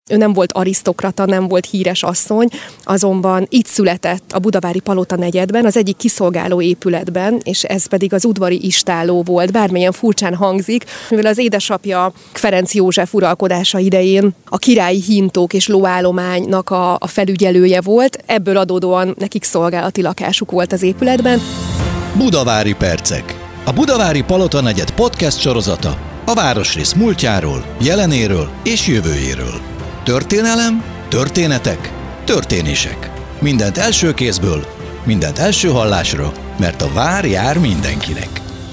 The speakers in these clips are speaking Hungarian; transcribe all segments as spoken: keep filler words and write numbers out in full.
ő nem volt arisztokrata, nem volt híres asszony, azonban itt született a Budavári Palota negyedben, az egyik kiszolgáló épületben, és ez pedig az udvari istálló volt, bármilyen furcsán hangzik, mivel az édesapja Ferenc József uralkodása idején a királyi hintók és lóállománynak a, a felügyelője volt, ebből adódóan nekik szolgálati lakásuk volt az épületben. Budavári percek. A Budavári Palota negyed podcast sorozata a városrész múltjáról, jelenéről és jövőjéről. Történelem, történetek, történések. Mindent első kézből, mindent első hallásra, mert a vár jár mindenkinek.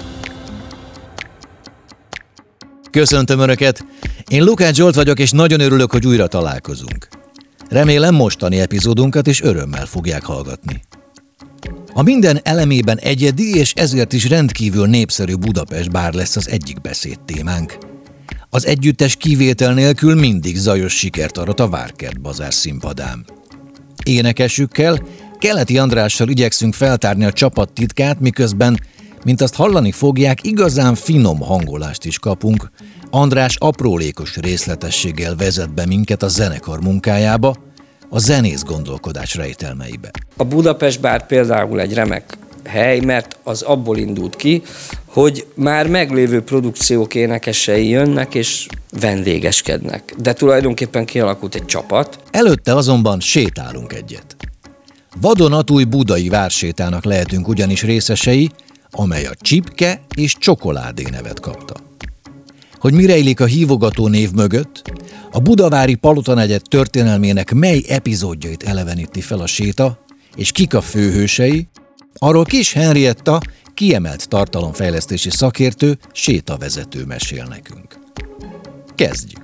Köszöntöm Önöket! Én Lukács Zsolt vagyok, és nagyon örülök, hogy újra találkozunk. Remélem mostani epizódunkat is örömmel fogják hallgatni. A minden elemében egyedi és ezért is rendkívül népszerű Budapest bár lesz az egyik beszédtémánk. Az együttes kivétel nélkül mindig zajos sikert arat a Várkert Bazár színpadán. Énekesükkel, Keleti Andrással igyekszünk feltárni a csapat titkát, miközben, mint azt hallani fogják, igazán finom hangolást is kapunk. András aprólékos részletességgel vezet be minket a zenekar munkájába, a zenész gondolkodás rejtelmeibe. A Budapest bár például egy remek hely, mert az abból indult ki, hogy már meglévő produkciók énekesei jönnek és vendégeskednek. De tulajdonképpen kialakult egy csapat. Előtte azonban sétálunk egyet. Vadonatúj budai vársétának lehetünk ugyanis részesei, amely a Csipke és Csokoládé nevet kapta. Hogy mi rejlik a hívogató név mögött, a Budavári Palota negyed történelmének mely epizódjait eleveníti fel a séta, és kik a főhősei, arról Kis Henrietta, kiemelt tartalomfejlesztési szakértő, sétavezető mesél nekünk. Kezdjük!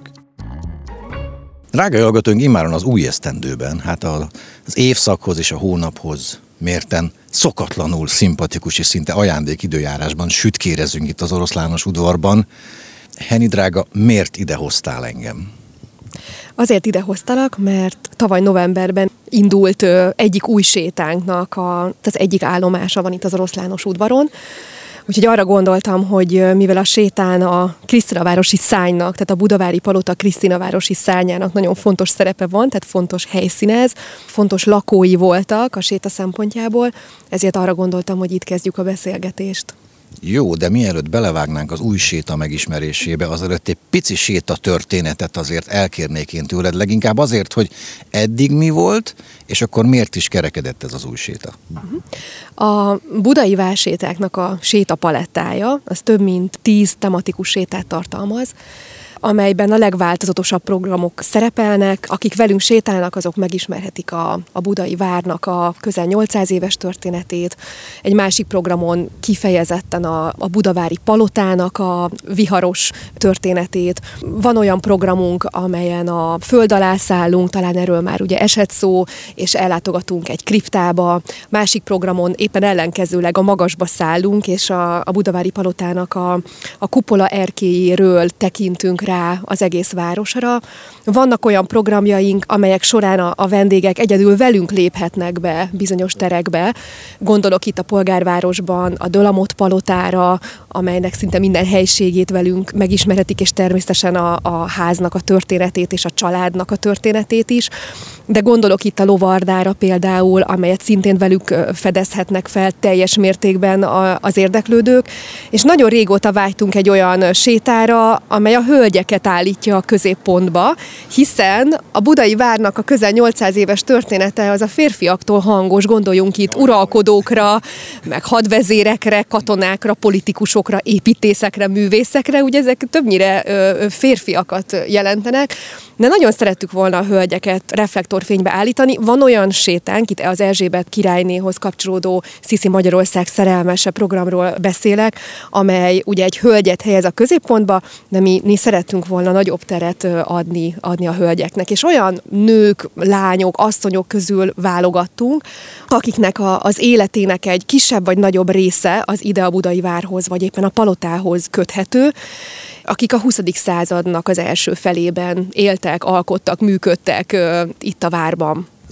Drága hallgatóink, immáron az új esztendőben, hát az évszakhoz és a hónaphoz mérten szokatlanul szimpatikus és szinte ajándékidőjárásban sütkérezünk itt az Oroszlános udvarban. Henni drága, miért ide hoztál engem? Azért idehoztalak, mert tavaly novemberben indult ö, egyik új sétánknak a, az egyik állomása van itt az Oroszlános udvaron. Úgyhogy arra gondoltam, hogy mivel a sétán a Krisztinavárosi szárnynak, tehát a Budavári Palota Krisztinavárosi szárnyának nagyon fontos szerepe van, tehát fontos helyszínez, fontos lakói voltak a séta szempontjából, ezért arra gondoltam, hogy itt kezdjük a beszélgetést. Jó, de mielőtt belevágnánk az új séta megismerésébe, azelőtt egy pici séta történetet azért elkérnék én tőled, leginkább azért, hogy eddig mi volt, és akkor miért is kerekedett ez az új séta? A budai vársétáknak a sétapalettája, az több mint tíz tematikus sétát tartalmaz, amelyben a legváltozatosabb programok szerepelnek. Akik velünk sétálnak, azok megismerhetik a, a budai várnak a közel nyolcszáz éves történetét. Egy másik programon kifejezetten a, a budavári palotának a viharos történetét. Van olyan programunk, amelyen a föld alá szállunk, talán erről már ugye esett szó, és ellátogatunk egy kriptába. Másik programon éppen ellenkezőleg a magasba szállunk, és a, a budavári palotának a, a kupola erkélyéről tekintünk rá az egész városra. Vannak olyan programjaink, amelyek során a, a vendégek egyedül velünk léphetnek be bizonyos terekbe. Gondolok itt a Polgárvárosban a Dölamot palotára, amelynek szinte minden helységét velünk megismerhetik, és természetesen a, a háznak a történetét és a családnak a történetét is. De gondolok itt a Lovardára például, amelyet szintén velük fedezhetnek fel teljes mértékben az érdeklődők. És nagyon régóta vágytunk egy olyan sétára, amely a hölgyeket állítja a középpontba, hiszen a budai várnak a közel nyolcszáz éves története az a férfiaktól hangos, gondoljunk itt uralkodókra, meg hadvezérekre, katonákra, politikusokra, építészekre, művészekre, ugye ezek többnyire férfiakat jelentenek, de nagyon szerettük volna a hölgyeket reflektorfénybe állítani. Van olyan sétánk, itt az Erzsébet királynéhoz kapcsolódó Sziszi Magyarország szerelmese programról beszélek, amely ugye egy hölgyet helyez a középpontba, de mi, mi szerettünk volna nagyobb teret adni, adni a hölgyeknek. És olyan nők, lányok, asszonyok közül válogattunk, akiknek a, az életének egy kisebb vagy nagyobb része az ide a budai várhoz, vagy éppen a palotához köthető, akik a huszadik századnak az első felében éltek, alkottak, működtek uh, itt a várban.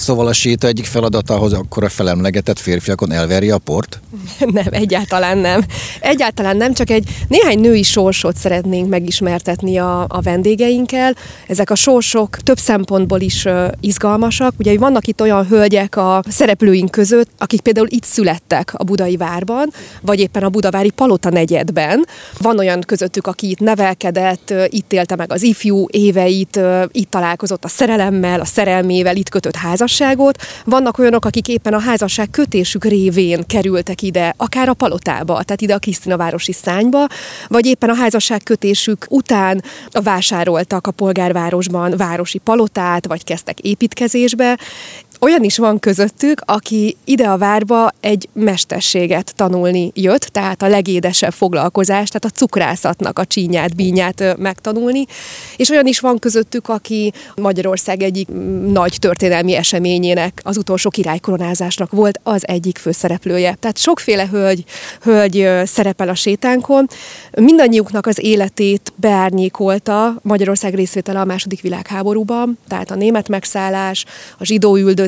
Szóval a séta egyik feladatához akkor a felemlegetett férfiakon elverje a port? Nem, egyáltalán nem. Egyáltalán nem, csak egy néhány női sorsot szeretnénk megismertetni a, a vendégeinkkel. Ezek a sorsok több szempontból is uh, izgalmasak. Ugye vannak itt olyan hölgyek a szereplőink között, akik például itt születtek a Budai Várban, vagy éppen a budavári Palota negyedben. Van olyan közöttük, aki itt nevelkedett, itt élte meg az ifjú éveit, itt találkozott a szerelemmel, a szerelmével, itt kötött házasságot. Vannak olyanok, akik éppen a házasság kötésük révén kerültek ide, akár a Palotába, tehát ide a Krisztinavárosi Szányba, vagy éppen a házasság kötésük után vásároltak a polgárvárosban városi palotát, vagy kezdtek építkezésbe. Olyan is van közöttük, aki ide a várba egy mesterséget tanulni jött, tehát a legédesebb foglalkozást, tehát a cukrászatnak a csínyát, bínyát megtanulni, és olyan is van közöttük, aki Magyarország egyik nagy történelmi eseményének, az utolsó királykoronázásnak volt az egyik főszereplője. Tehát sokféle hölgy, hölgy szerepel a sétánkon. Mindannyiuknak az életét beárnyékolta Magyarország részvétele a második világháborúban, tehát a német megszállás, a zsidó üldözés,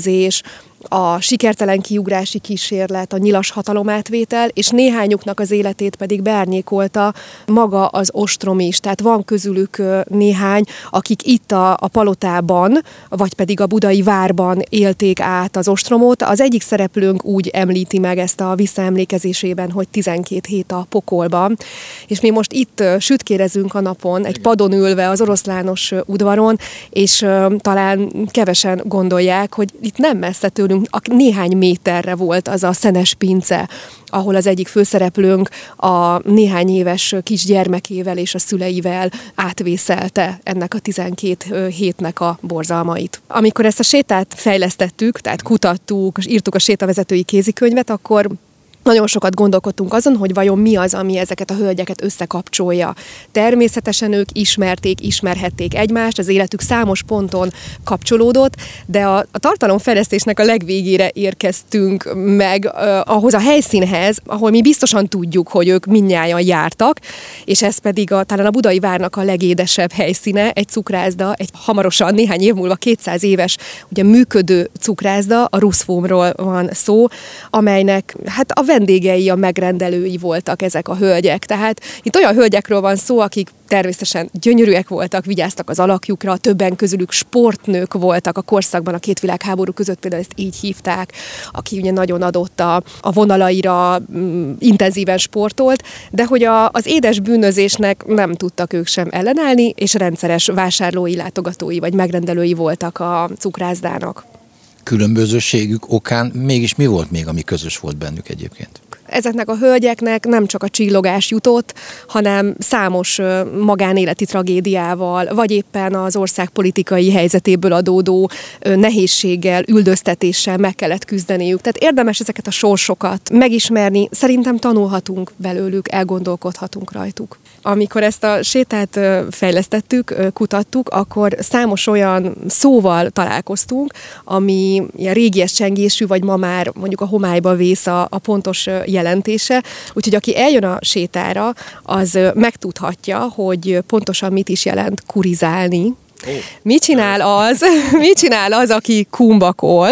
a sikertelen kiugrási kísérlet, a nyilas hatalomátvétel, és néhányuknak az életét pedig beárnyékolta maga az ostrom is. Tehát van közülük néhány, akik itt a, a Palotában, vagy pedig a Budai Várban élték át az ostromot. Az egyik szereplőnk úgy említi meg ezt a visszaemlékezésében, hogy tizenkét hét a pokolban, és mi most itt sütkérezünk a napon, egy padon ülve az Oroszlános udvaron, és talán kevesen gondolják, hogy itt nem messze tőlünk, néhány méterre volt az a szenes pince, ahol az egyik főszereplőnk a néhány éves kisgyermekével és a szüleivel átvészelte ennek a tizenkét hétnek a borzalmait. Amikor ezt a sétát fejlesztettük, tehát kutattuk, és írtuk a sétavezetői kézikönyvet, akkor nagyon sokat gondolkodtunk azon, hogy vajon mi az, ami ezeket a hölgyeket összekapcsolja. Természetesen ők ismerték, ismerhették egymást, az életük számos ponton kapcsolódott, de a, a tartalomfejlesztésnek a legvégére érkeztünk meg eh, ahhoz a helyszínhez, ahol mi biztosan tudjuk, hogy ők mindnyájan jártak, és ez pedig a, talán a Budai Várnak a legédesebb helyszíne, egy cukrászda, egy hamarosan néhány év múlva kétszáz éves ugye működő cukrászda, a Ruszfómról van szó, amelynek hát a vendégei, a megrendelői voltak ezek a hölgyek. Tehát itt olyan hölgyekről van szó, akik természetesen gyönyörűek voltak, vigyáztak az alakjukra, többen közülük sportnők voltak a korszakban, a két világháború között például ezt így hívták, aki ugye nagyon adott a, a vonalaira, m, intenzíven sportolt, de hogy a, az édes bűnözésnek nem tudtak ők sem ellenállni, és rendszeres vásárlói, látogatói vagy megrendelői voltak a cukrászdának. Különbözőségük okán mégis mi volt még, ami közös volt bennük egyébként? Ezeknek a hölgyeknek nem csak a csillogás jutott, hanem számos magánéleti tragédiával, vagy éppen az ország politikai helyzetéből adódó nehézséggel, üldöztetéssel meg kellett küzdeniük. Tehát érdemes ezeket a sorsokat megismerni, szerintem tanulhatunk belőlük, elgondolkodhatunk rajtuk. Amikor ezt a sétát fejlesztettük, kutattuk, akkor számos olyan szóval találkoztunk, ami ilyen régies csengésű, vagy ma már mondjuk a homályba vész a, a pontos jelentése. Úgyhogy aki eljön a sétára, az megtudhatja, hogy pontosan mit is jelent kurizálni. Oh. Mit csinál az, mit csinál az, aki kumbakol?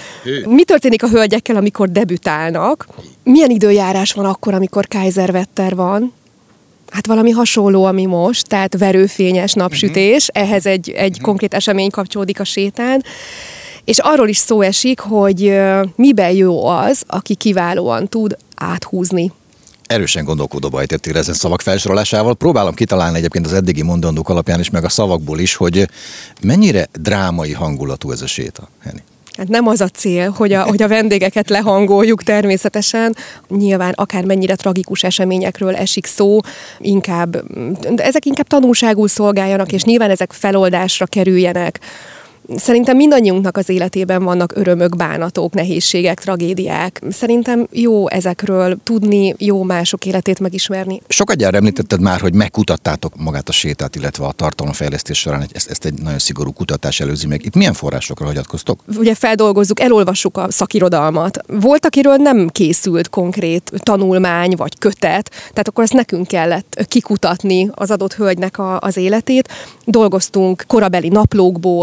Mi történik a hölgyekkel, amikor debütálnak? Milyen időjárás van akkor, amikor Kaiserwetter van? Hát valami hasonló, ami most, tehát verőfényes napsütés, uh-huh. ehhez egy, egy uh-huh. konkrét esemény kapcsolódik a sétán, és arról is szó esik, hogy miben jó az, aki kiválóan tud áthúzni. Erősen gondolkodóba ejtettél ezen szavak felsorolásával. Próbálom kitalálni egyébként az eddigi mondandók alapján is, meg a szavakból is, hogy mennyire drámai hangulatú ez a séta, Henny? Hát nem az a cél, hogy a, hogy a vendégeket lehangoljuk természetesen. Nyilván akármennyire tragikus eseményekről esik szó, inkább, ezek inkább tanulságul szolgáljanak, és nyilván ezek feloldásra kerüljenek. Szerintem mindannyiunknak az életében vannak örömök, bánatok, nehézségek, tragédiák. Szerintem jó ezekről tudni, jó mások életét megismerni. Sokadjára említetted már, hogy megkutattátok magát a sétát, illetve a tartalomfejlesztés során, ezt, ezt egy nagyon szigorú kutatás előzi meg. Itt milyen forrásokra hagyatkoztok? Ugye feldolgozzuk, elolvassuk a szakirodalmat. Volt, akiről nem készült konkrét tanulmány vagy kötet, tehát akkor ezt nekünk kellett kikutatni az adott hölgynek a, az életét. Dolgoztunk korabeli naplókból,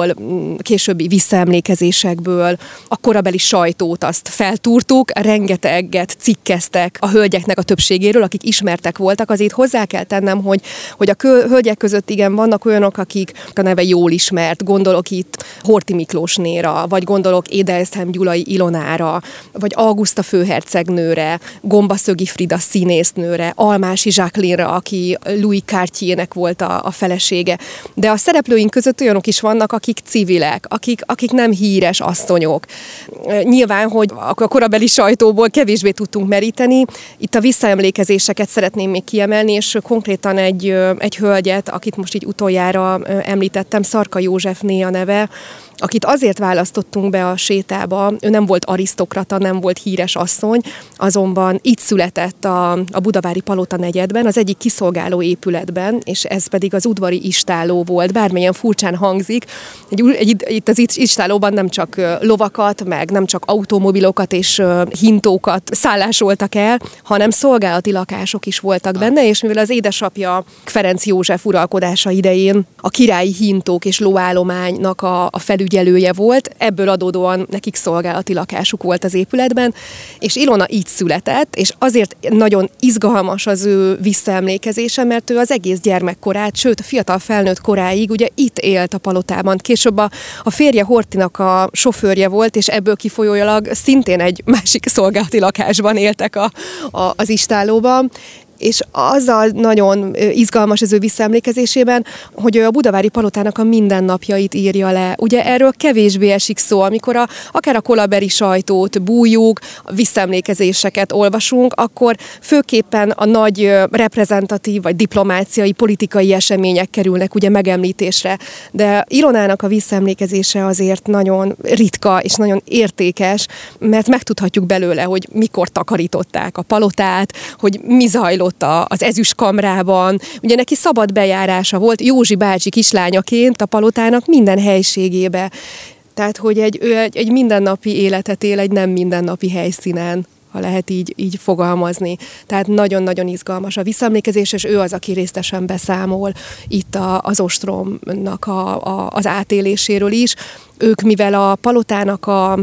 későbbi visszaemlékezésekből, a korabeli sajtót azt feltúrtuk, rengeteget cikkeztek a hölgyeknek a többségéről, akik ismertek voltak. Azért hozzá kell tennem, hogy, hogy a kö, hölgyek között igen vannak olyanok, akik a neve jól ismert, gondolok itt Horthy Miklósnéra, vagy gondolok Édelszem Gyulai Ilonára, vagy Auguszta főhercegnőre, Gombaszögi Frida színésznőre, Almási Jacqueline-ra, aki Louis Cartiernek volt a, a felesége. De a szereplőink között olyanok is vannak, akik civilek, akik, akik nem híres asszonyok. Nyilván, hogy a korabeli sajtóból kevésbé tudtunk meríteni. Itt a visszaemlékezéseket szeretném még kiemelni, és konkrétan egy, egy hölgyet, akit most így utoljára említettem, Szarka Józsefné a neve, akit azért választottunk be a sétába, ő nem volt arisztokrata, nem volt híres asszony, azonban itt született a, a budavári Palota negyedben, az egyik kiszolgáló épületben, és ez pedig az udvari istálló volt, bármilyen furcsán hangzik. Egy, egy, itt az istállóban nem csak lovakat, meg nem csak automobilokat és hintókat szállásoltak el, hanem szolgálati lakások is voltak benne, és mivel az édesapja Ferenc József uralkodása idején a királyi hintók és lóállománynak a, a felügyelője volt, ebből adódóan nekik szolgálati lakásuk volt az épületben, és Ilona így született, és azért nagyon izgalmas az ő visszaemlékezése, mert ő az egész gyermekkorát, sőt a fiatal felnőtt koráig ugye itt élt a palotában. Később a, a férje Horthynak a sofőrje volt, és ebből kifolyólag szintén egy másik szolgálati lakásban éltek a, a, az istállóban. És azzal nagyon izgalmas az ő visszaemlékezésében, hogy ő a budavári palotának a mindennapjait írja le. Ugye erről kevésbé esik szó, amikor a, akár a kolaberi sajtót bújjuk, visszaemlékezéseket olvasunk, akkor főképpen a nagy reprezentatív vagy diplomáciai, politikai események kerülnek ugye megemlítésre. De Ilonának a visszaemlékezése azért nagyon ritka és nagyon értékes, mert megtudhatjuk belőle, hogy mikor takarították a palotát, hogy mi zajlott az ezüstkamrában. Ugye neki szabad bejárása volt, Józsi bácsi kislányaként a palotának minden helységébe. Tehát, hogy egy, ő egy, egy mindennapi életet él egy nem mindennapi helyszínen, ha lehet így, így fogalmazni. Tehát nagyon-nagyon izgalmas a visszaemlékezés, és ő az, aki részletesen beszámol itt a, az ostromnak a, a, az átéléséről is. Ők, mivel a palotának a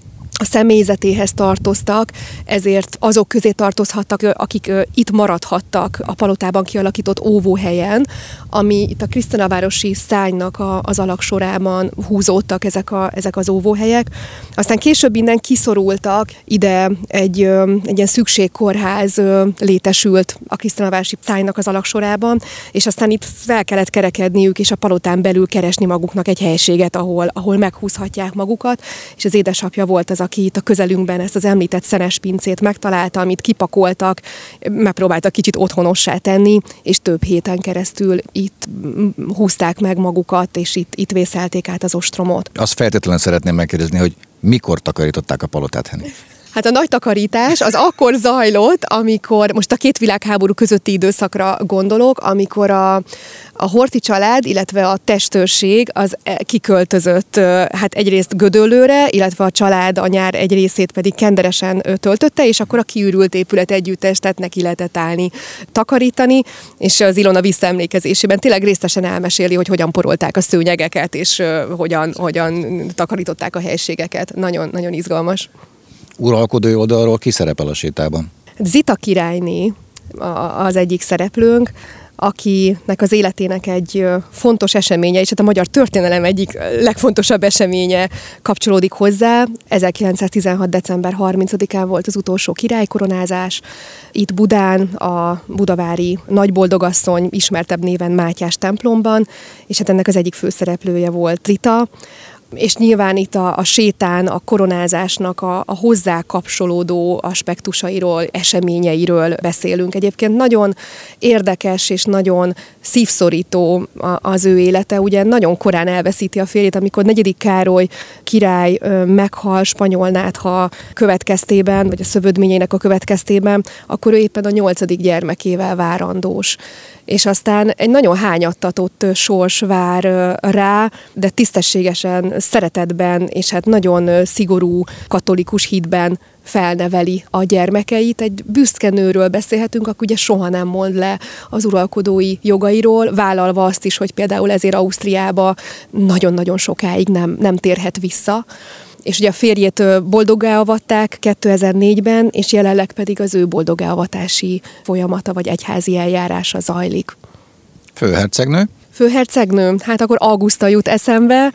a személyzetéhez tartoztak, ezért azok közé tartozhattak, akik itt maradhattak a palotában kialakított óvóhelyen, ami itt a Krisztinavárosi szárnynak a, az alagsorában húzódtak ezek, a, ezek az óvóhelyek. Aztán később innen kiszorultak, ide egy, egy ilyen szükségkórház létesült a Krisztinavárosi szárnynak az alagsorában, és aztán itt fel kellett kerekedniük, és a palotán belül keresni maguknak egy helységet, ahol, ahol meghúzhatják magukat, és az édesapja volt az, aki itt a közelünkben ezt az említett szenes pincét megtalálta, amit kipakoltak, megpróbáltak kicsit otthonossá tenni, és több héten keresztül itt húzták meg magukat, és itt, itt vészelték át az ostromot. Azt feltétlenül szeretném megkérdezni, hogy mikor takarították a palotát, Henni? Hát a nagy takarítás az akkor zajlott, amikor, most a két világháború közötti időszakra gondolok, amikor a, a Horthy család, illetve a testőrség az kiköltözött hát egyrészt Gödöllőre, illetve a család a nyár egy részét pedig Kenderesen töltötte, és akkor a kiürült épület együttes, tehát neki lehetett állni, takarítani, és az Ilona visszaemlékezésében tényleg részletesen elmeséli, hogy hogyan porolták a szőnyegeket, és hogyan, hogyan takarították a helységeket. Nagyon, nagyon izgalmas. Uralkodói oldalról ki szerepel a sétában? Zita királyné az egyik szereplőnk, akinek az életének egy fontos eseménye, és hát a magyar történelem egyik legfontosabb eseménye kapcsolódik hozzá. ezerkilencszáztizenhat. december harmincadikán volt az utolsó királykoronázás. Itt Budán, a budavári nagyboldogasszony ismertebb néven Mátyás templomban, és hát ennek az egyik főszereplője volt Zita. És nyilván itt a, a sétán, a koronázásnak a, a hozzá kapcsolódó aspektusairól, eseményeiről beszélünk. Egyébként nagyon érdekes és nagyon szívszorító az ő élete. Ugye nagyon korán elveszíti a férjét, amikor negyedik Károly király meghal spanyolnátha következtében, vagy a szövődményének a következtében, akkor ő éppen a nyolcadik gyermekével várandós. és aztán egy nagyon hányattatott sors vár rá, de tisztességesen, szeretetben, és hát nagyon szigorú katolikus hitben felneveli a gyermekeit. Egy büszke nőről beszélhetünk, aki ugye soha nem mond le az uralkodói jogairól, vállalva azt is, hogy például ezért Ausztriába nagyon-nagyon sokáig nem, nem térhet vissza. És ugye a férjét boldoggá avatták kétezer-négyben, és jelenleg pedig az ő boldoggá avatási folyamata vagy egyházi eljárása zajlik. Főhercegnő? Főhercegnő? Hát akkor Auguszta jut eszembe,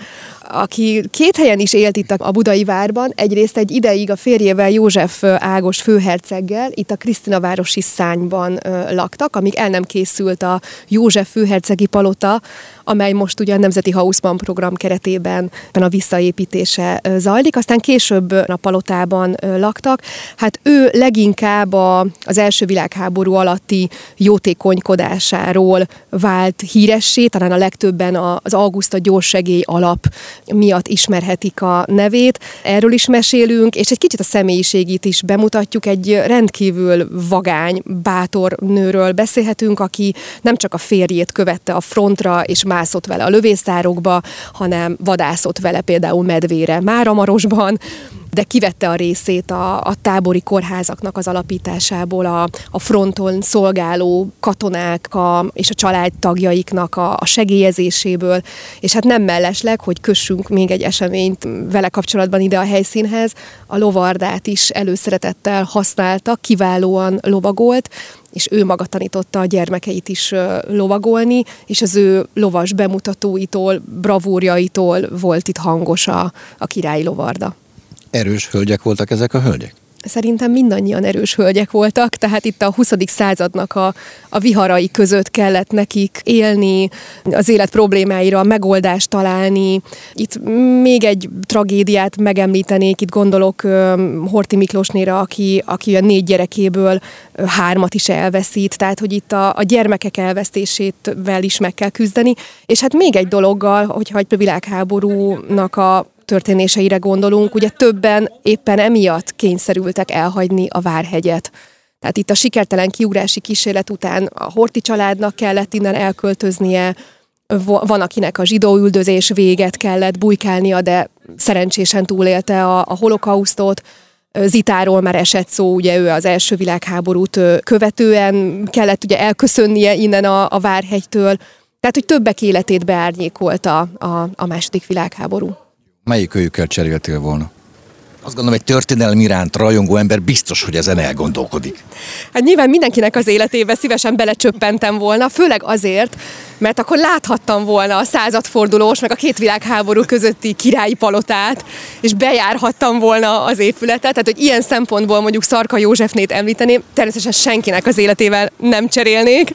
aki két helyen is élt itt a budai várban. Egyrészt egy ideig a férjével, József Ágost főherceggel itt a Krisztinavárosi szárnyban laktak, amíg el nem készült a József főhercegi palota, amely most ugye a Nemzeti Haussmann program keretében a visszaépítése zajlik. Aztán később a palotában laktak. Hát ő leginkább a, az első világháború alatti jótékonykodásáról vált híressé, talán a legtöbben az Auguszta gyorssegély alap miatt ismerhetik a nevét. Erről is mesélünk, és egy kicsit a személyiségét is bemutatjuk. Egy rendkívül vagány, bátor nőről beszélhetünk, aki nem csak a férjét követte a frontra, és mászott vele a lövészárokba, hanem vadászott vele például medvére Máramarosban, de kivette a részét a, a tábori kórházaknak az alapításából, a, a fronton szolgáló katonák a, és a családtagjaiknak a, a segélyezéséből, és hát nem mellesleg, hogy kössünk még egy eseményt vele kapcsolatban ide a helyszínhez, a lovardát is előszeretettel használta, kiválóan lovagolt, és ő maga tanította a gyermekeit is lovagolni, és az ő lovas bemutatóitól, bravúrjaitól volt itt hangos a, a királyi lovarda. Erős hölgyek voltak ezek a hölgyek? Szerintem mindannyian erős hölgyek voltak, tehát itt a huszadik századnak a, a viharai között kellett nekik élni, az élet problémáira megoldást találni. Itt még egy tragédiát megemlítenék, itt gondolok Horthy Miklósnéra, aki, aki a négy gyerekéből hármat is elveszít, tehát hogy itt a, a gyermekek elvesztésével is meg kell küzdeni. És hát még egy dologgal, hogyha egy világháborúnak a történéseire gondolunk, ugye többen éppen emiatt kényszerültek elhagyni a Várhegyet. Tehát itt a sikertelen kiugrási kísérlet után a Horthy családnak kellett innen elköltöznie, van, akinek a zsidó üldözés véget kellett bujkálnia, de szerencsésen túlélte a, a holokausztot. Zitáról már esett szó, ugye ő az első világháborút követően kellett ugye elköszönnie innen a, a Várhegytől. Tehát, hogy többek életét beárnyékolta a, a második világháború. Melyik őjükkel cseréltél volna? Azt gondolom, egy történelem iránt rajongó ember biztos, hogy ezen elgondolkodik. Hát nyilván mindenkinek az életébe szívesen belecsöppentem volna, főleg azért, mert akkor láthattam volna a századfordulós, meg a két világháború közötti királyi palotát, és bejárhattam volna az épületet, tehát hogy ilyen szempontból mondjuk Szarka Józsefnét említeném, természetesen senkinek az életével nem cserélnék,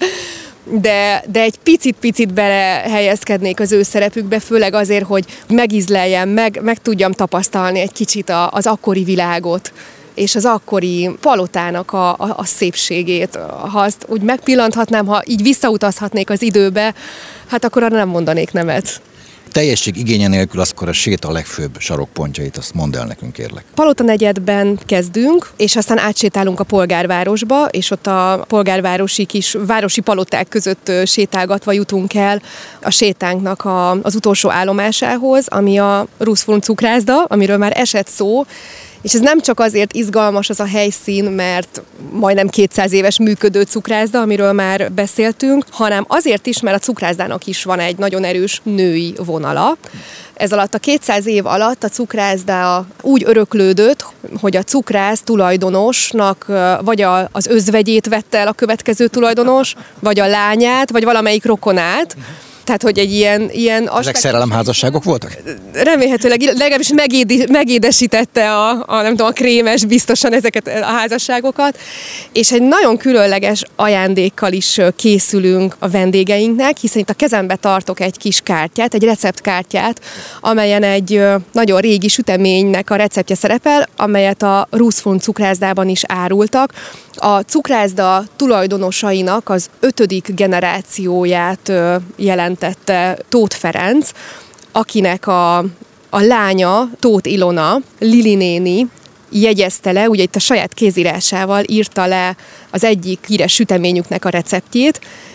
De, de egy picit-picit belehelyezkednék az ő szerepükbe, főleg azért, hogy megízleljem, meg, meg tudjam tapasztalni egy kicsit a, az akkori világot, és az akkori palotának a, a, a szépségét. Ha azt úgy megpillanthatnám, ha így visszautazhatnék az időbe, hát akkor arra nem mondanék nemet. Teljesség igénye nélkül azkor a séta legfőbb sarokpontjait, azt mondd el nekünk, kérlek. Palota negyedben kezdünk, és aztán átsétálunk a polgárvárosba, és ott a polgárvárosi kis városi paloták között sétálgatva jutunk el a sétánknak a, az utolsó állomásához, ami a Ruszfun cukrászda, amiről már esett szó. És ez nem csak azért izgalmas az a helyszín, mert majdnem kétszáz éves működő cukrászda, amiről már beszéltünk, hanem azért is, mert a cukrászdának is van egy nagyon erős női vonala. Ez alatt a kétszáz év alatt a cukrászda úgy öröklődött, hogy a cukrász tulajdonosnak vagy a, az özvegyét vette el a következő tulajdonos, vagy a lányát, vagy valamelyik rokonát. Tehát, hogy egy ilyen... ilyen Ezek szerelemházasságok voltak? Remélhetőleg, legalábbis megédi, megédesítette a, a, nem tudom, a krémes biztosan ezeket a házasságokat, és egy nagyon különleges ajándékkal is készülünk a vendégeinknek, hiszen itt a kezembe tartok egy kis kártyát, egy receptkártyát, amelyen egy nagyon régi süteménynek a receptje szerepel, amelyet a Ruszfun cukrászdában is árultak. A cukrászda tulajdonosainak az ötödik generációját jelentette Tóth Ferenc, akinek a, a lánya, Tóth Ilona, Lili néni jegyezte le, ugye itt a saját kézírásával írta le az egyik híres süteményüknek a receptjét,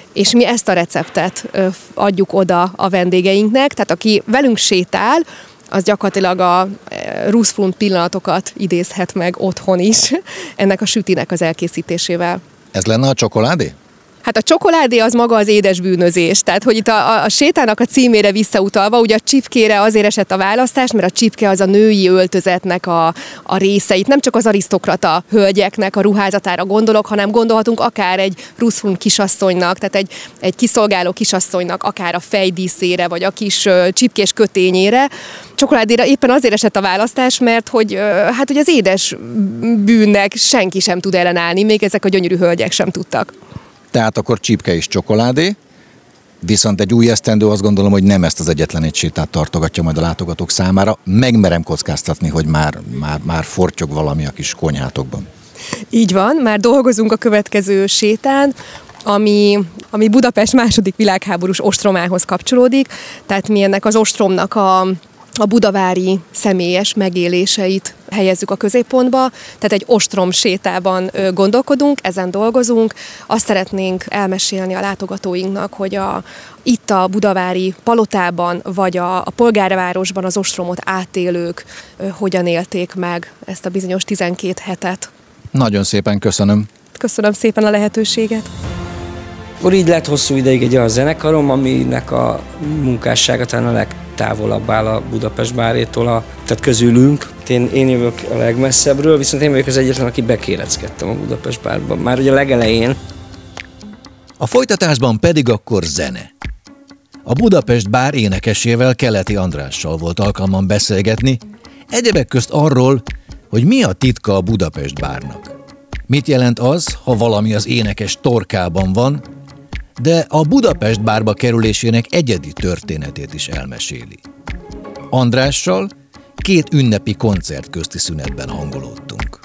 és mi ezt a receptet adjuk oda a vendégeinknek, tehát aki velünk sétál, az gyakorlatilag a ruszfrunt pillanatokat idézhet meg otthon is ennek a sütinek az elkészítésével. Ez lenne a csokoládé? Hát a csokoládé az maga az édes bűnözés. Tehát, hogy itt a, a sétának a címére visszautalva, ugye a csipkére azért esett a választás, mert a csipke az a női öltözetnek a, a részeit. Nem csak az arisztokrata hölgyeknek a ruházatára gondolok, hanem gondolhatunk akár egy ruszfrunt kisasszonynak, tehát egy, egy kiszolgáló kisasszonynak, akár a fejdíszére, vagy a kis uh, csipkés kötényére. Csokoládéra éppen azért esett a választás, mert hogy, uh, hát, hogy az édes bűnnek senki sem tud ellenállni, még ezek a gyönyörű hölgyek sem tudtak. Tehát akkor csipke és csokoládé, viszont egy új esztendő azt gondolom, hogy nem ezt az egyetlen egy sétát tartogatja majd a látogatók számára. Megmerem kockáztatni, hogy már, már, már fortyog valami a kis konyhátokban. Így van, már dolgozunk a következő sétán, ami, ami Budapest második világháborús ostromához kapcsolódik, tehát mi ennek az ostromnak a a budavári személyes megéléseit helyezzük a középpontba, tehát egy ostrom sétában gondolkodunk, ezen dolgozunk. Azt szeretnénk elmesélni a látogatóinknak, hogy a, itt a budavári palotában, vagy a, a polgárvárosban az ostromot átélők hogyan élték meg ezt a bizonyos tizenkét hetet. Nagyon szépen köszönöm. Köszönöm szépen a lehetőséget. Akkor így lett hosszú ideig egy olyan zenekarom, aminek a munkássága talán a legtávolabb áll a Budapest bárétól, a, tehát közülünk. Én, én jövök a legmesszebbről, viszont én vagyok az egyetlen, aki bekéreckedtem a Budapest bárban. Már ugye a legelején. A folytatásban pedig akkor zene. A Budapest bár énekesével, Keleti Andrással volt alkalmam beszélgetni, egyebek közt arról, hogy mi a titka a Budapest bárnak. Mit jelent az, ha valami az énekes torkában van, de a Budapest bárba kerülésének egyedi történetét is elmeséli. Andrással két ünnepi koncert közti szünetben hangolódtunk.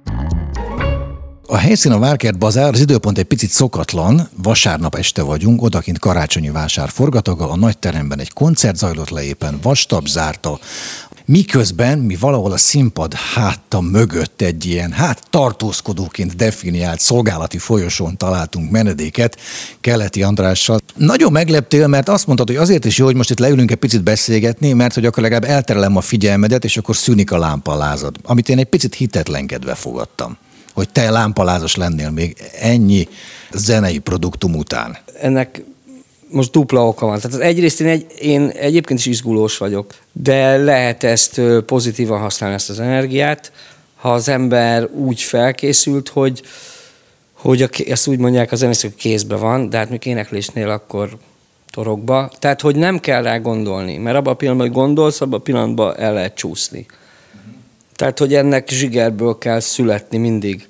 A helyszín a Várkert Bazár, az időpont egy picit szokatlan, vasárnap este vagyunk, odakint karácsonyi vásár forgataga, a nagy teremben egy koncert zajlott le éppen, vastag zárta, miközben mi valahol a színpad háta mögött egy ilyen, hát tartózkodóként definiált szolgálati folyosón találtunk menedéket Keleti Andrással. Nagyon megleptél, mert azt mondtad, hogy azért is jó, hogy most itt leülünk egy picit beszélgetni, mert hogy akkor legalább elterelem a figyelmedet, és akkor szűnik a lámpalázad, amit én egy picit hitetlenkedve fogadtam, hogy te lámpalázas lennél még ennyi zenei produktum után. Ennek most dupla oka van. Tehát egyrészt én, egy, én egyébként is izgulós vagyok, de lehet ezt pozitívan használni, ezt az energiát, ha az ember úgy felkészült, hogy, hogy a, ezt úgy mondják az zenészek, hogy kézbe van, de hát még éneklésnél akkor torokba. Tehát, hogy nem kell rá gondolni, mert abban a pillanatban, hogy gondolsz, abban a pillanatban el lehet csúszni. Tehát, hogy ennek zsigerből kell születni mindig.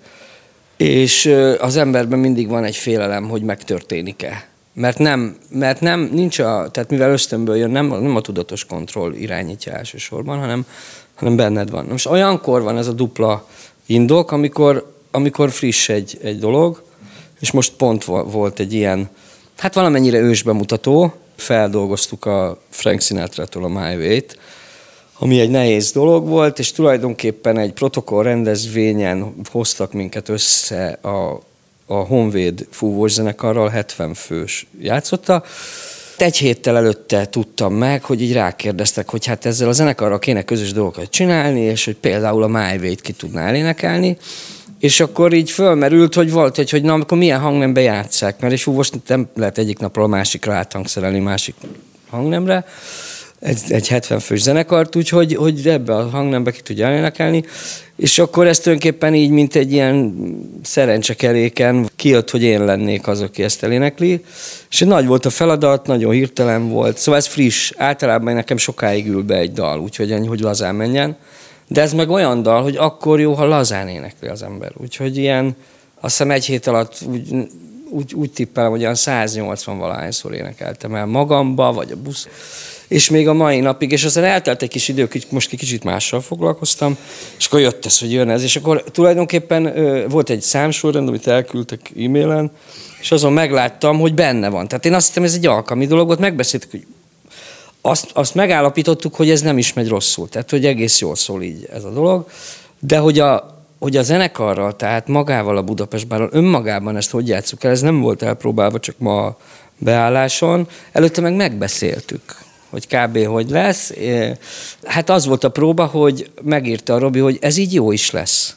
És az emberben mindig van egy félelem, hogy megtörténik-e. Mert nem, mert nem, nincs a, tehát mivel ösztönből jön, nem, nem a tudatos kontroll irányítja elsősorban, hanem, hanem benned van. Most olyankor van ez a dupla indok, amikor, amikor friss egy, egy dolog, és most pont volt egy ilyen, hát valamennyire ősbemutató, feldolgoztuk a Frank Sinatra-tól a My Way-t, ami egy nehéz dolog volt, és tulajdonképpen egy protokoll rendezvényen hoztak minket össze a a Honvéd fúvós zenekarral, hetven fős játszotta. Egy héttel előtte tudtam meg, hogy így rákérdeztek, hogy hát ezzel a zenekarral kéne közös dolgokat csinálni, és hogy például a My Way-t ki tudná elénekelni. És akkor így fölmerült, hogy volt, hogy, hogy na, akkor milyen hangnembe játsszák, mert egy fúvós nem lehet egyik napról a másikra áthangszerelni másik hangnemre. Egy, egy hetven fős zenekart, úgyhogy hogy ebbe a hangnembe ki tudja elénekelni. És akkor ez tulajdonképpen így, mint egy ilyen szerencsekeréken kijött, hogy én lennék az, aki ezt elénekli. És nagy volt a feladat, nagyon hirtelen volt. Szóval ez friss. Általában nekem sokáig ül be egy dal, úgyhogy ennyi, hogy lazán menjen. De ez meg olyan dal, hogy akkor jó, ha lazán énekli az ember. Úgyhogy ilyen, azt hiszem egy hét alatt úgy, úgy, úgy tippelem, hogy olyan száznyolcvan valahányszor énekeltem el magamba, vagy a busz. És még a mai napig, és aztán eltelt egy kis idő, most egy kicsit mással foglalkoztam, és akkor jött ez, hogy jön ez, és akkor tulajdonképpen ö, volt egy számsorrend, amit elküldtek e-mailen, és azon megláttam, hogy benne van. Tehát én azt hittem, ez egy alkalmi dolog volt, megbeszéltük, hogy azt, azt megállapítottuk, hogy ez nem is megy rosszul, tehát hogy egész jól szól így ez a dolog, de hogy a hogy a zenekarral, tehát magával a Budapest Báron önmagában ezt hogy játsszuk el, ez nem volt elpróbálva csak ma a beálláson, előtte meg megbeszéltük, hogy kb. Hogy lesz. Hát az volt a próba, hogy megírta a Robi, hogy ez így jó is lesz.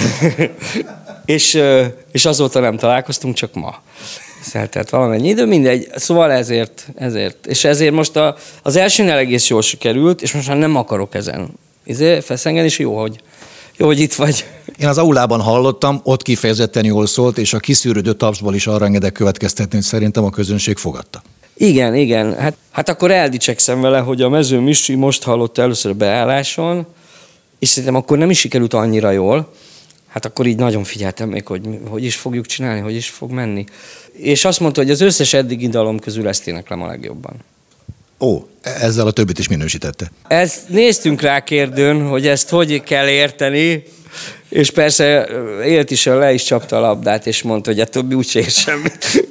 és, és azóta nem találkoztunk, csak ma. Szeltelt valamennyi idő, mindegy. Szóval ezért, ezért. És ezért most a, az elsőnél egész jól sikerült, és most már nem akarok ezen izé, feszengeni, és jó, hogy, jó, hogy itt vagy. Én az aulában hallottam, ott kifejezetten jól szólt, és a kiszűrődő tapsból is arra engedek következtetni, hogy szerintem a közönség fogadta. Igen, igen. Hát, hát akkor eldicsekszem vele, hogy a Mező Misi most hallotta először a beálláson, és szerintem akkor nem is sikerült annyira jól. Hát akkor így nagyon figyeltem még, hogy hogy is fogjuk csinálni, hogy is fog menni. És azt mondta, hogy az összes eddigi dalom közül ezt éneklem a legjobban. Ó, ezzel a többit is minősítette. Ezt néztünk rá kérdőn, hogy ezt hogy kell érteni, és persze élt is, le is csapta a labdát, és mondta, hogy a többi úgyse ér semmit.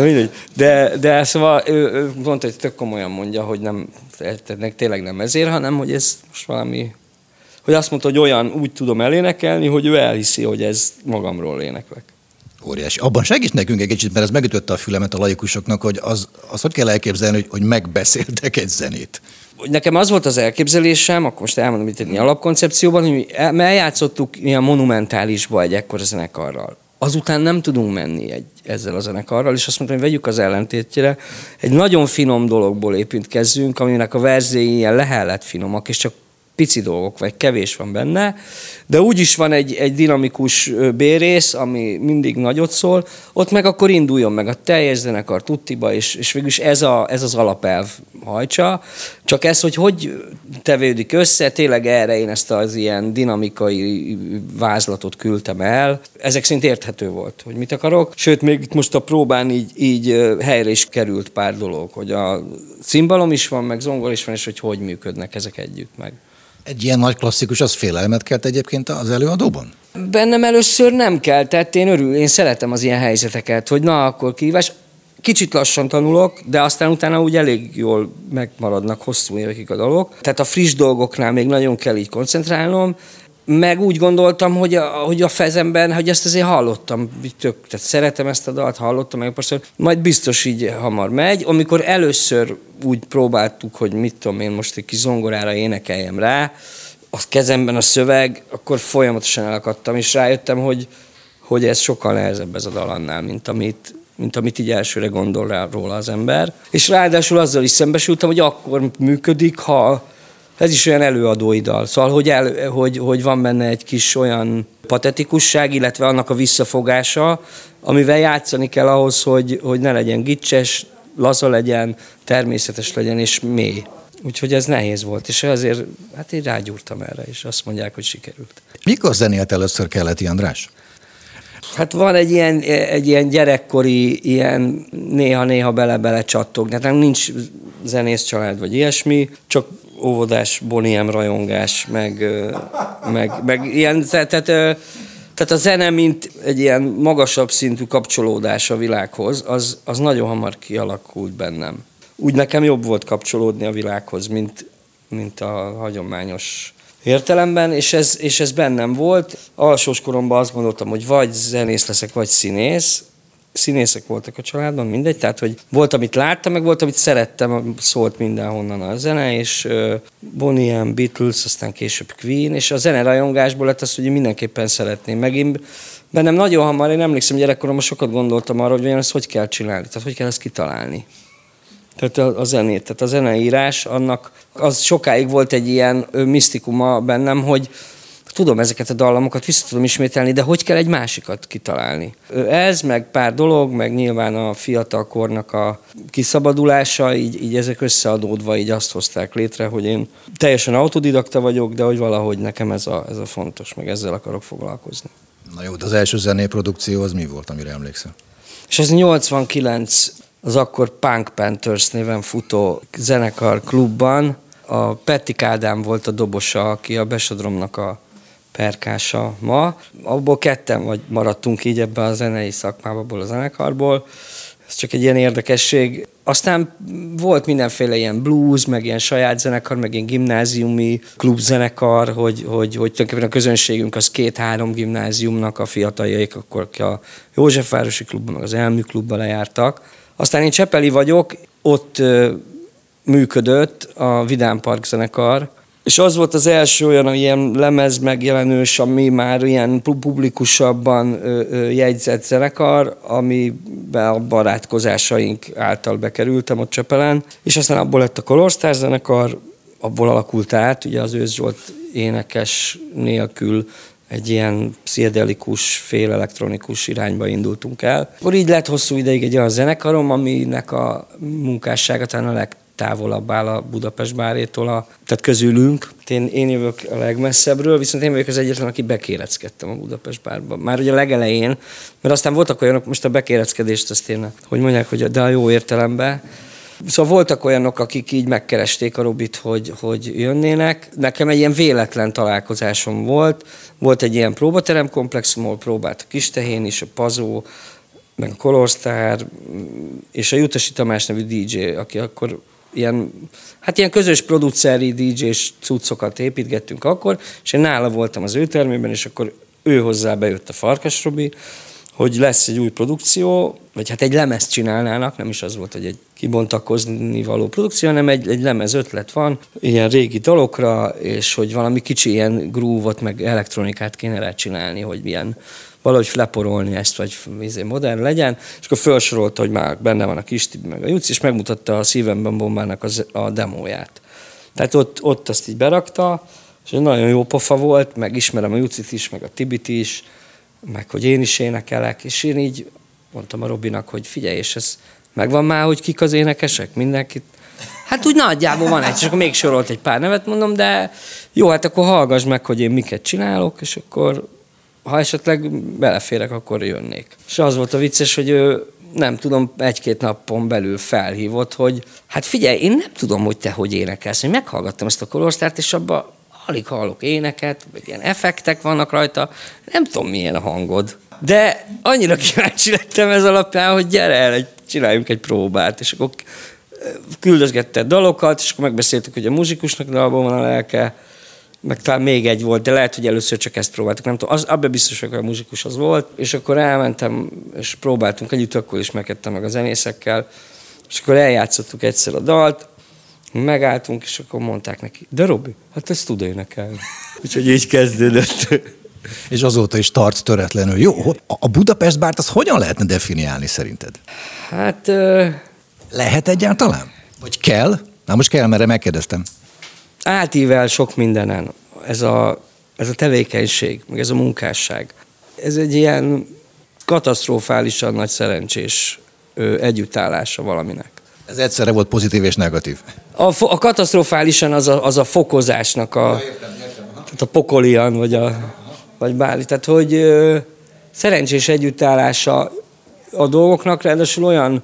De, de szóval ő, ő mondta, hogy tök komolyan mondja, hogy nem, tényleg nem ezért, hanem hogy ez most valami, hogy azt mondta, hogy olyan úgy tudom elénekelni, hogy ő elhiszi, hogy ez magamról éneklek. Óriási. Abban segít nekünk egy kicsit, mert ez megütötte a fülemet a laikusoknak, hogy az, az hogy kell elképzelni, hogy, hogy megbeszéltek egy zenét. Nekem az volt az elképzelésem, akkor most elmondom itt egy alapkoncepcióban, hogy mi eljátszottuk ilyen monumentálisba egy ekkora zenekarral. Azután nem tudunk menni egy, ezzel a zenekarral, és azt mondtam, hogy vegyük az ellentétjére. Egy nagyon finom dologból építkezzünk, aminek a verzéi ilyen lehellet finomak, és csak pici dolgok, vagy kevés van benne, de úgyis van egy, egy dinamikus B-rész, ami mindig nagyot szól, ott meg akkor induljon meg a teljes zenekar tuttiba, és, és végülis ez, a, ez az alapelv hajtsa. Csak ez, hogy hogy tevődik össze, tényleg erre én ezt az ilyen dinamikai vázlatot küldtem el. Ezek szerint érthető volt, hogy mit akarok. Sőt, még itt most a próbán így, így helyre is került pár dolog, hogy a cimbalom is van, meg zongor is van, és hogy hogy működnek ezek együtt meg. Egy ilyen nagy klasszikus, az félelmet kelt egyébként az előadóban? Bennem először nem keltett, én örül, én szeretem az ilyen helyzeteket, hogy na, akkor kihívás. Kicsit lassan tanulok, de aztán utána úgy elég jól megmaradnak hosszú évekig a dolgok. Tehát a friss dolgoknál még nagyon kell így koncentrálnom, meg úgy gondoltam, hogy a, hogy a fezemben, hogy ezt azért hallottam, tök, tehát szeretem ezt a dalt, hallottam meg, pastor, majd biztos így hamar megy. Amikor először úgy próbáltuk, hogy mit tudom én most egy kis zongorára énekeljem rá, a kezemben a szöveg, akkor folyamatosan elakadtam, és rájöttem, hogy, hogy ez sokkal nehezebb ez a dal annál, mint amit, mint amit így elsőre gondol rá róla az ember. És ráadásul azzal is szembesültem, hogy akkor működik, ha ez is olyan előadói dal. Szóval, hogy, el, hogy, hogy van benne egy kis olyan patetikusság, illetve annak a visszafogása, amivel játszani kell ahhoz, hogy, hogy ne legyen gicses, laza legyen, természetes legyen és mély. Úgyhogy ez nehéz volt, és azért hát én rágyúrtam erre, és azt mondják, hogy sikerült. Mikor zenélt először Keleti András? Hát van egy ilyen, egy ilyen gyerekkori, ilyen néha-néha bele-bele csattog. Tehát nincs zenész család vagy ilyesmi, csak óvodás Boniem rajongás, meg, meg, meg ilyen, tehát, tehát a zene, mint egy ilyen magasabb szintű kapcsolódás a világhoz, az, az nagyon hamar kialakult bennem. Úgy nekem jobb volt kapcsolódni a világhoz, mint, mint a hagyományos értelemben, és ez, és ez bennem volt. Alsós koromban azt gondoltam, hogy vagy zenész leszek, vagy színész. Színészek voltak a családban, mindegy, tehát hogy volt, amit láttam, meg volt, amit szerettem, szólt mindenhonnan a zene, és Boniem, Beatles, aztán később Queen, és a zenerajongásból lett az, hogy én mindenképpen szeretném. Meg én bennem nagyon hamar, én emlékszem, gyerekkoromban sokat gondoltam arra, hogy olyan ezt hogy kell csinálni, tehát hogy kell ezt kitalálni. Tehát a, a zenét, tehát a zeneírás, annak az sokáig volt egy ilyen misztikuma bennem, hogy tudom ezeket a dallamokat, vissza tudom ismételni, de hogy kell egy másikat kitalálni? Ez, meg pár dolog, meg nyilván a fiatalkornak a kiszabadulása, így, így ezek összeadódva így azt hozták létre, hogy én teljesen autodidakta vagyok, de hogy valahogy nekem ez a, ez a fontos, meg ezzel akarok foglalkozni. Na jó, de az első zenéprodukció az mi volt, amire emlékszel? És ez nyolcvankilenc, az akkor Punk Panthers néven futó zenekar klubban. A Pettik Ádám volt a dobosa, aki a Besodromnak a perkása ma. Abból ketten vagy maradtunk így ebben a zenei szakmában, abból a zenekarból. Ez csak egy ilyen érdekesség. Aztán volt mindenféle ilyen blues, meg ilyen saját zenekar, meg ilyen gimnáziumi klubzenekar, hogy, hogy, hogy tulajdonképpen a közönségünk az két-három gimnáziumnak a fiataljaik, akkor a Józsefvárosi klubban, meg az Elmű klubban lejártak. Aztán én csepeli vagyok, ott ö, működött a Vidám Park zenekar, és az volt az első olyan ilyen lemez megjelenős, ami már ilyen publikusabban ö, ö, jegyzett zenekar, amiben a barátkozásaink által bekerültem ott Csepelen, és aztán abból lett a Color Star zenekar, abból alakult át, ugye az Ősz Zsolt énekes nélkül egy ilyen pszichedelikus, félelektronikus irányba indultunk el. Akkor így lett hosszú ideig egy olyan zenekarom, aminek a munkássága talán a legtávolabb áll a Budapest bárétól, a, tehát közülünk. Én, én jövök a legmesszebbről, viszont én vagyok az egyetlen, aki bekéreckedtem a Budapest bárba. Már ugye a legelején, mert aztán voltak olyanok, most a bekéreckedést azt én, hogy mondják, hogy de a jó értelemben. Szóval voltak olyanok, akik így megkeresték a Robit, hogy, hogy jönnének. Nekem egy ilyen véletlen találkozásom volt. Volt egy ilyen próbaterem komplexum, ahol próbált a Kistehén is, a Pazó, meg a Color Star, és a Jutasi Tamás nevű dé dzsé, aki akkor ilyen, hát ilyen közös produceri dé dzsés cuccokat építgettünk akkor, és én nála voltam az ő termében, és akkor ő hozzá bejött a Farkas Robi, hogy lesz egy új produkció, vagy hát egy lemezt csinálnának, nem is az volt, hogy egy kibontakozni való produkció, hanem egy, egy lemez ötlet van, ilyen régi dalokra, és hogy valami kicsi ilyen groove-ot, meg elektronikát kéne rá csinálni, hogy ilyen valahogy fleporolni ezt, vagy modern legyen, és akkor felsorolta, hogy már benne van a Kisti, meg a Juci, és megmutatta a Szívemben bombának az, a demóját. Tehát ott, ott azt így berakta, és nagyon jó pofa volt, meg ismerem a Jucit is, meg a Tibit is, meg hogy én is énekelek, és én így mondtam a Robinak, hogy figyelj, és ez megvan már, hogy kik az énekesek, mindenkit. Hát úgy nagyjából van egy, és akkor még sorolt egy pár nevet, mondom, de jó, hát akkor hallgass meg, hogy én miket csinálok, és akkor ha esetleg beleférek, akkor jönnék. És az volt a vicces, hogy ő, nem tudom, egy-két napon belül felhívott, hogy hát figyelj, én nem tudom, hogy te hogy énekelsz, hogy meghallgattam ezt a Color Start, és abban alig hallok éneket, vagy ilyen effektek vannak rajta, nem tudom, milyen a hangod. De annyira kíváncsi lettem ez alapján, hogy gyere el, csináljunk egy próbát, és akkor küldözgette dalokat, és akkor megbeszéltük, hogy a muzsikusnak dalban van a lelke, meg talán még egy volt, de lehet, hogy először csak ezt próbáltuk, nem tudom, az, abban biztos, hogy a muzsikus az volt, és akkor elmentem, és próbáltunk együtt, akkor ismerkedtem meg a zenészekkel, és akkor eljátszottuk egyszer a dalt, megálltunk, és akkor mondták neki, de Robi, hát ezt tud énekelni. Úgyhogy így kezdődött. És azóta is tartsz töretlenül. Jó, a Budapest bárt az hogyan lehetne definiálni szerinted? Hát... Uh... Lehet egyáltalán? Vagy kell? Na most kell, mert megkérdeztem. Átível sok mindenen ez a, ez a tevékenység, meg ez a munkásság. Ez egy ilyen katasztrofálisan nagy szerencsés ö, együttállása valaminek. Ez egyszerre volt pozitív és negatív. A, a katasztrofálisan az a, az a fokozásnak a, ja, értem, értem, tehát a pokolian, vagy, a, vagy bármi. Tehát, hogy ö, szerencsés együttállása a dolgoknak, ráadásul olyan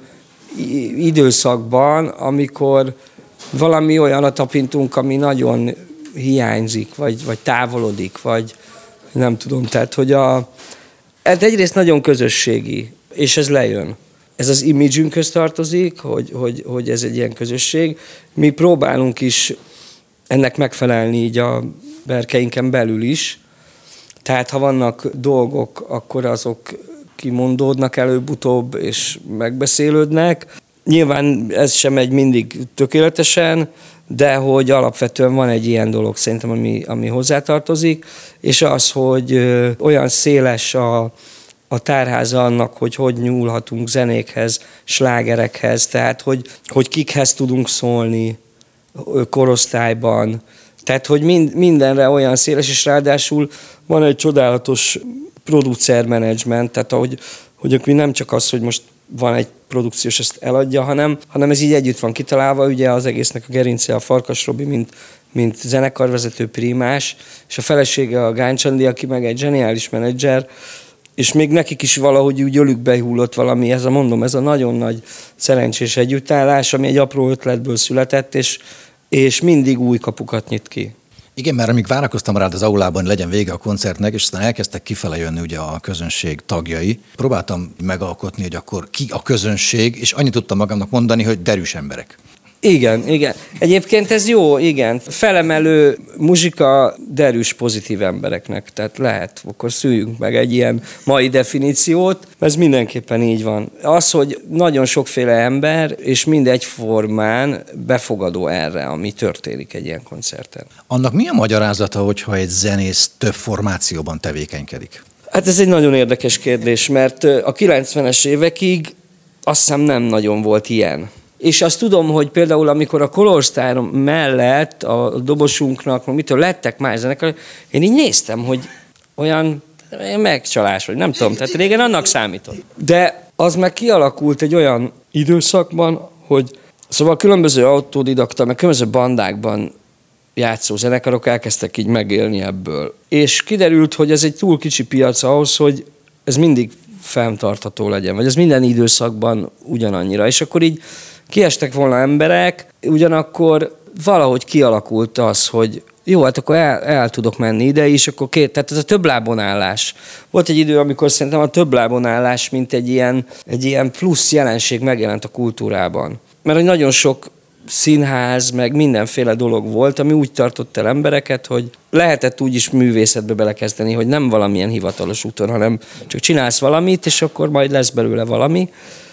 időszakban, amikor valami olyanra tapintunk, ami nagyon hiányzik, vagy, vagy távolodik, vagy nem tudom, tehát, hogy a... Ez egyrészt nagyon közösségi, és ez lejön. Ez az imidzsünkhöz tartozik, hogy, hogy, hogy ez egy ilyen közösség. Mi próbálunk is ennek megfelelni így a berkeinken belül is. Tehát, ha vannak dolgok, akkor azok kimondódnak előbb-utóbb, és megbeszélődnek. Nyilván ez sem megy mindig tökéletesen, de hogy alapvetően van egy ilyen dolog szerintem, ami, ami hozzátartozik, és az, hogy ö, olyan széles a, a tárháza annak, hogy hogy nyúlhatunk zenékhez, slágerekhez, tehát hogy, hogy kikhez tudunk szólni korosztályban, tehát hogy mind, mindenre olyan széles, és ráadásul van egy csodálatos producer-menedzsment, tehát ahogy, hogy mi nem csak az, hogy most van egy produkciós, ezt eladja, hanem, hanem ez így együtt van kitalálva, ugye az egésznek a gerince a Farkas Robi, mint, mint zenekarvezető primás, és a felesége a Gáncsandi, aki meg egy zseniális menedzser, és még nekik is valahogy úgy ölükbe hullott valami, ez a mondom, ez a nagyon nagy szerencsés együttállás, ami egy apró ötletből született, és, és mindig új kapukat nyit ki. Igen, mert amíg várakoztam rád az aulában, legyen vége a koncertnek, és aztán elkezdtek kifele jönni ugye a közönség tagjai, próbáltam megalkotni, hogy akkor ki a közönség, és annyit tudtam magamnak mondani, hogy derűs emberek. Igen, igen. Egyébként ez jó, igen. Felemelő muzsika derűs, pozitív embereknek, tehát lehet, akkor szüljünk meg egy ilyen mai definíciót, ez mindenképpen így van. Az, hogy nagyon sokféle ember, és mindegyformán befogadó erre, ami történik egy ilyen koncerten. Annak mi a magyarázata, hogyha egy zenész több formációban tevékenykedik? Hát ez egy nagyon érdekes kérdés, mert a kilencvenes évekig azt hiszem nem nagyon volt ilyen. És azt tudom, hogy például amikor a Color mellett a dobosunknak, mitől lettek más zenekar, én így néztem, hogy olyan megcsalás, vagy nem tudom, tehát régen annak számított. De az meg kialakult egy olyan időszakban, hogy szóval különböző autodidakta, meg különböző bandákban játszó zenekarok elkezdtek így megélni ebből. És kiderült, hogy ez egy túl kicsi piac ahhoz, hogy ez mindig fenntartható legyen, vagy ez minden időszakban ugyanannyira. És akkor így kiestek volna emberek, ugyanakkor valahogy kialakult az, hogy jó, hát akkor el, el tudok menni ide is, akkor két, tehát ez a többlábon állás. Volt egy idő, amikor szerintem a többlábon állás, mint egy ilyen, egy ilyen plusz jelenség megjelent a kultúrában. Mert hogy nagyon sok színház, meg mindenféle dolog volt, ami úgy tartott el embereket, hogy lehetett úgy is művészetbe belekezdeni, hogy nem valamilyen hivatalos úton, hanem csak csinálsz valamit, és akkor majd lesz belőle valami.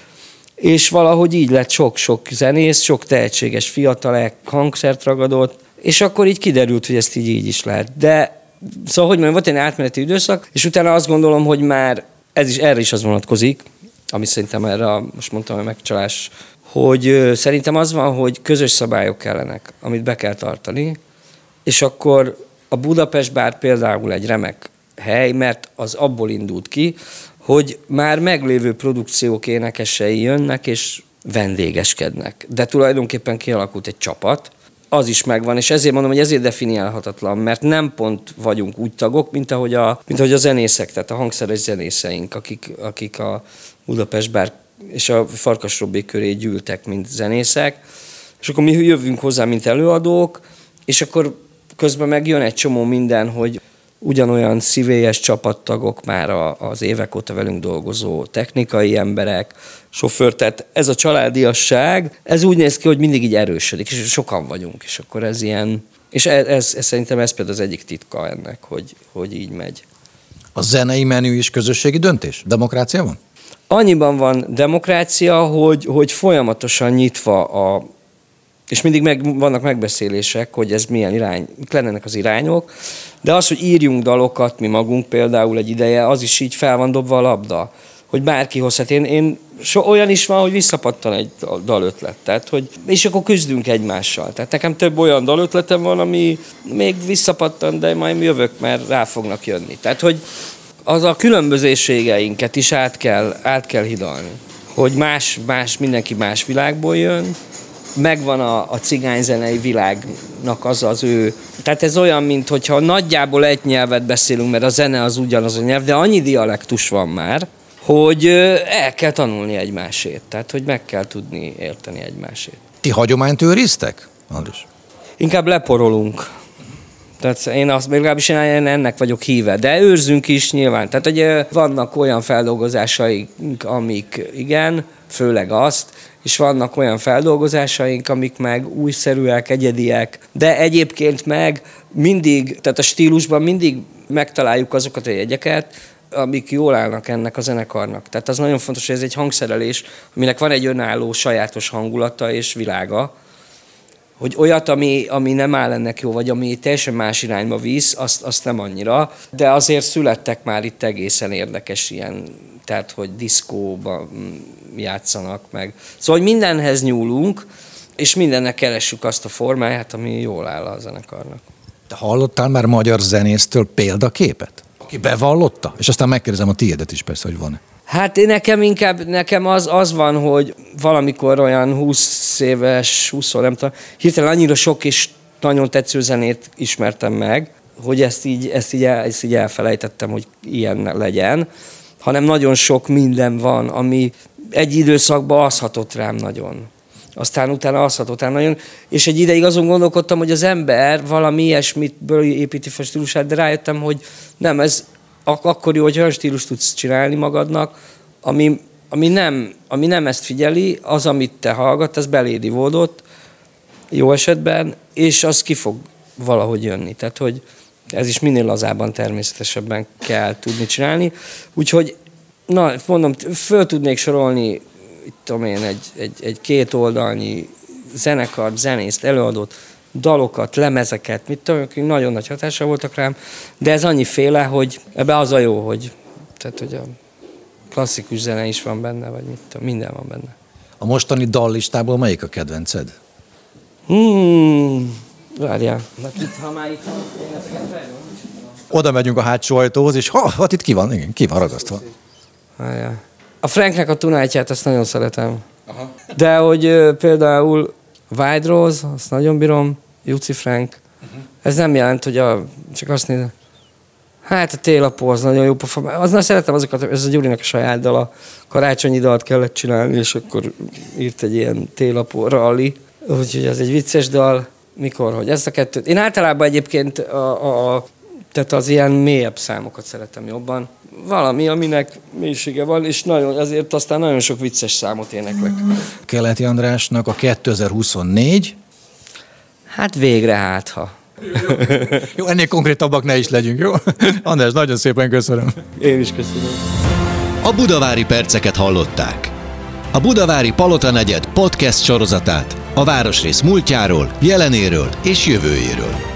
És valahogy így lett sok-sok zenész, sok tehetséges fiatal hangszert és akkor így kiderült, hogy ezt így, így is lehet. De szóval, hogy mondjam, volt egy átmeneti időszak, és utána azt gondolom, hogy már ez is, erre is az vonatkozik, ami szerintem erre, a, most mondtam, a megcsalás, hogy ö, szerintem az van, hogy közös szabályok kellenek, amit be kell tartani, és akkor a Budapest bár például egy remek hely, mert az abból indult ki, hogy már meglévő produkciók énekesei jönnek és vendégeskednek. De tulajdonképpen kialakult egy csapat, az is megvan, és ezért mondom, hogy ezért definiálhatatlan, mert nem pont vagyunk úgy tagok, mint ahogy a, mint ahogy a zenészek, tehát a hangszeres zenészeink, akik, akik a Budapest bár és a Farkas Robbé köré gyűltek, mint zenészek, és akkor mi jövünk hozzá, mint előadók, és akkor közben meg jön egy csomó minden, hogy ugyanolyan szívélyes csapattagok már az évek óta velünk dolgozó technikai emberek, sofőr, tehát ez a családiasság, ez úgy néz ki, hogy mindig így erősödik, és sokan vagyunk, és akkor ez ilyen, és ez, ez, ez szerintem ez például az egyik titka ennek, hogy, hogy így megy. A zenei menü is közösségi döntés? Demokrácia van? Annyiban van demokrácia, hogy, hogy folyamatosan nyitva a és mindig meg, vannak megbeszélések, hogy ez milyen irány, mik lennének az irányok, de az, hogy írjunk dalokat, mi magunk például egy ideje, az is így fel van dobva a labda, hogy bárki hozhat. Én, én so, olyan is van, hogy visszapattan egy dalötlet, tehát, hogy, és akkor küzdünk egymással. Tehát nekem több olyan dalötletem van, ami még visszapattan, de majd jövök, mert rá fognak jönni. Tehát, hogy az a különbözőségeinket is át kell, át kell hidalni. Hogy más, más, mindenki más világból jön, megvan a, a cigányzenei világnak az az ő... Tehát ez olyan, mintha nagyjából egy nyelvet beszélünk, mert a zene az ugyanaz a nyelv, de annyi dialektus van már, hogy el kell tanulni egymásét. Tehát, hogy meg kell tudni érteni egymásét. Ti hagyományt őriztek, Andris? Inkább leporolunk. Tehát én azt, legalábbis én ennek vagyok híve, de őrzünk is nyilván. Tehát, hogy vannak olyan feldolgozásaink, amik igen, főleg azt, és vannak olyan feldolgozásaink, amik meg újszerűek, egyediek, de egyébként meg mindig, tehát a stílusban mindig megtaláljuk azokat a jegyeket, amik jól állnak ennek a zenekarnak. Tehát az nagyon fontos, hogy ez egy hangszerelés, aminek van egy önálló, sajátos hangulata és világa, hogy olyat, ami, ami nem áll ennek jó, vagy ami teljesen más irányba visz, azt, azt nem annyira, de azért születtek már itt egészen érdekes ilyen, tehát hogy diszkóban játszanak meg. Szóval, hogy mindenhez nyúlunk, és mindennek keressük azt a formáját, ami jól áll a zenekarnak. Te hallottál már magyar zenésztől példaképet? Aki bevallotta? És aztán megkérdezem a tiédet is persze, hogy van-e. Hát én nekem inkább, nekem az, az van, hogy valamikor olyan húsz éves, húsz, nem tudom, hirtelen annyira sok és nagyon tetsző zenét ismertem meg, hogy ezt így, ezt így, el, ezt így elfelejtettem, hogy ilyen legyen, hanem nagyon sok minden van, ami egy időszakban az hatott rám nagyon. aztán utána az hat, utána jön, és egy ideig azon gondolkodtam, hogy az ember valami ilyesmitből építi fel stílusát, de rájöttem, hogy nem, ez ak- akkor jó, hogy olyan stílust tudsz csinálni magadnak, ami, ami, nem, ami nem ezt figyeli, az, amit te hallgat, az beléd ivódott, jó esetben, és az ki fog valahogy jönni. Tehát, hogy ez is minél lazábban, természetesebben kell tudni csinálni. Úgyhogy, na, mondom, föl tudnék sorolni, itt tudom én, egy, egy, egy két oldalnyi zenekart, zenészt, előadót, dalokat, lemezeket, mit tudom, nagyon nagy hatással voltak rám, de ez annyiféle, hogy ebbe az a jó, hogy, tehát, hogy a klasszikus zene is van benne, vagy mit tudom, minden van benne. A mostani dallistából melyik a kedvenced? Hmm, várjál. Na, itt, ha már itt van, Oda megyünk a hátsó ajtóhoz, és ha, hát itt ki van, igen, ki van ragasztva. Várjál. A Franknek a Tonight-ját, azt nagyon szeretem. Aha. De hogy uh, például Wild Rose, azt nagyon bírom, Juci Frank. Uh-huh. Ez nem jelent, hogy a, csak azt nézem. Hát a Télapó az nagyon jó pofa. Aznál szeretem azokat, ez a Gyurinak a saját dala. Karácsonyi dalt kellett csinálni, és akkor írt egy ilyen Télapó rally. Úgyhogy ez egy vicces dal. Mikor, hogy ezt a kettőt. Én általában egyébként a, a, a, tehát az ilyen mélyebb számokat szeretem jobban. Valami, aminek mélysége van, és nagyon, azért aztán nagyon sok vicces számot éneklek. Keleti Andrásnak a kétezer-huszonnégy. Hát végre hát, ha. Jó, ennél konkrétabbak ne is legyünk, jó? András, nagyon szépen köszönöm. Én is köszönöm. A Budavári perceket hallották. A Budavári Palota negyed podcast sorozatát a városrész múltjáról, jelenéről és jövőjéről.